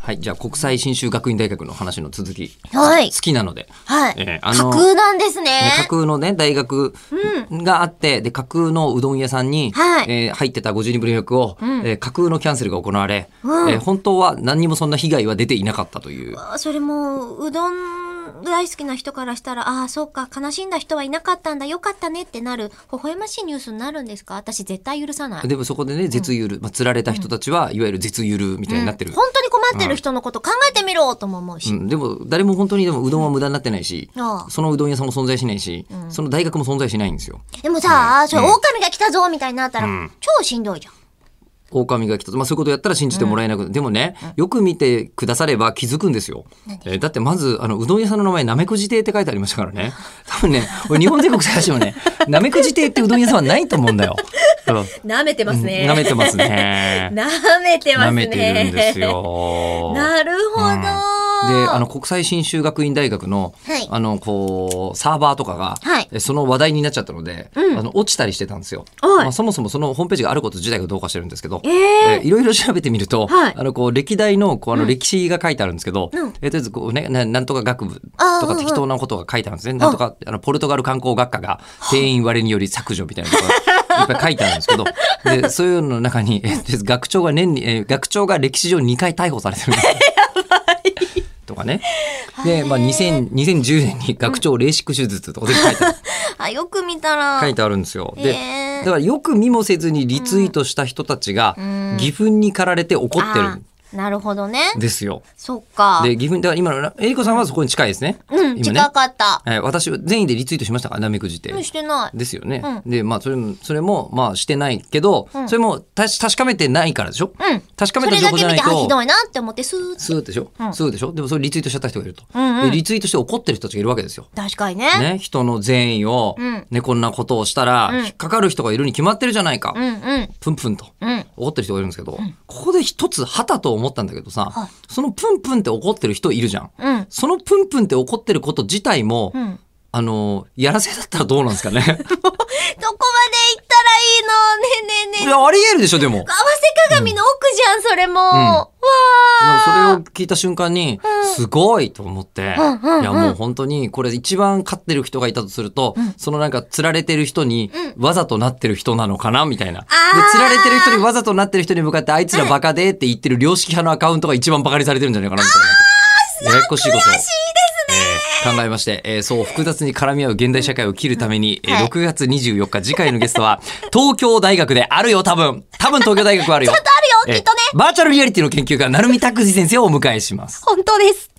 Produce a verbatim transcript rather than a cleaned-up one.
はい、じゃあ国際信州学院大学の話の続き、 はい、 好きなので、 はい、 えー、 あの架空なんですね。ね、 架空のね大学があって、うん、で架空のうどん屋さんに、はい、えー、入ってたごじゅうにんぶの予約を、うん、えー、架空のキャンセルが行われ、うん、えー、本当は何にもそんな被害は出ていなかったという。 それもうどん大好きな人からしたら、ああそうか、悲しんだ人はいなかったんだ、よかったねってなる微笑ましいニュースになるんですか？私絶対許さない。 でもそこでね、絶ゆる、うん、まあ、釣られた人たちは、うん、いわゆる絶ゆるみたいになってる、 うん、本当に困ってる人のこと考えてみろとも思うし、 うん、でも誰も本当にでもうどんは無駄になってないし、うん、そのうどん屋さんも存在しないし、うん、その大学も存在しないんですよ。 でもさ、うん、それ狼が来たぞみたいになったら、うん、超しんどいじゃん。 狼が来た、まあ、そういうことやったら信じてもらえなく、うん、でもね、うん、よく見てくだされば気づくんですよ。えー、だってまずあのうどん屋さんの名前なめくじ亭って書いてありましたからね。多分ね、日本全国探してもねなめくじ亭ってうどん屋さんはないと思うんだよ。 なめてますね。 なめてますね。 なめてますね。 なめてるんですよ。 なるほど。うん、 で、あの国際信州学院大学の、はい、あのこうサーバーとかが、はい、その話題になっちゃったので、うん、あの落ちたりしてたんですよ。まあ、そもそもそのホームページがあること自体がどうかしてるんですけど、えーえー、いろいろ調べてみると、はい、あのこう歴代のこうあの歴史が書いてあるんですけど、うん、えー、とりあえずこう、ね、な, なんとか学部とか適当なことが書いてあるんですね。うん、なんとかあのポルトガル観光学科が定員割れにより削除みたいなことがいっぱい書いてあるんですけど、でそういうの中に、えー、学長が年に、えー、学長が歴史上にかい逮捕されてるんですよ。とかね。で、まあ、にせんじゅうねんに学長レーシック手術とかで書いてある。 あ、よく見たら。 書いてあるんですよ。で、えー、だからよく見もせずにリツイートした人たちが、義憤に駆られて怒ってる。うんなるほどね。 ですよ。 そっか。 で、岐阜だから今のえりこさんはそこに近いですね。 うん、 今ね近かった。 えー、私善意でリツイートしましたからなめくじて。 してない。 ですよね。うん、で、まあそれもそれもまあしてないけど、うん、それもたし確かめてないからでしょ。うん、確かめた情報じゃないと。 それだけ見てあひどいなって思ってスーッスーッでしょ。うん、スーッでしょ。でもそれリツイートしちゃった人がいると。うんうん、でリツイートして怒ってる人たちがいるわけですよ。 確かにね。 ね、人の善意を、うん、ねこんなことをしたら、うん、引っかかる人がいるに決まってるじゃないか。うんうん、プンプンと、うん、怒ってる人がいるんですけど、うん、ここで一つはたと思ったんだけどさ。はい、そのプンプンって怒ってる人いるじゃん、うん、そのプンプンって怒ってること自体も、うん、あのやらせだったらどうなんですかね。どこまで行ったらいいの？ねえねえねえ。いやありえるでしょ。でも合わせ鏡の奥じゃん、うん、それも、うん、わそれを聞いた瞬間に、うん、すごいと思って、うんうんうん、いやもう本当にこれ一番勝ってる人がいたとすると、うん、そのなんか釣られてる人にわざとなってる人なのかなみたいな、うん、で釣られてる人にわざとなってる人に向かってあいつらバカでって言ってる良識派のアカウントが一番バカにされてるんじゃないかなみたいな、ややこしいことをえー、考えまして、えー、そう複雑に絡み合う現代社会を切るために、はい、えー、ろくがつにじゅうよっか次回のゲストは東京大学であるよ。多分多分東京大学はあるよ。 ちょっとあるよ、きっとね。 バーチャルリアリティの研究家成海拓司先生をお迎えします。 本当です。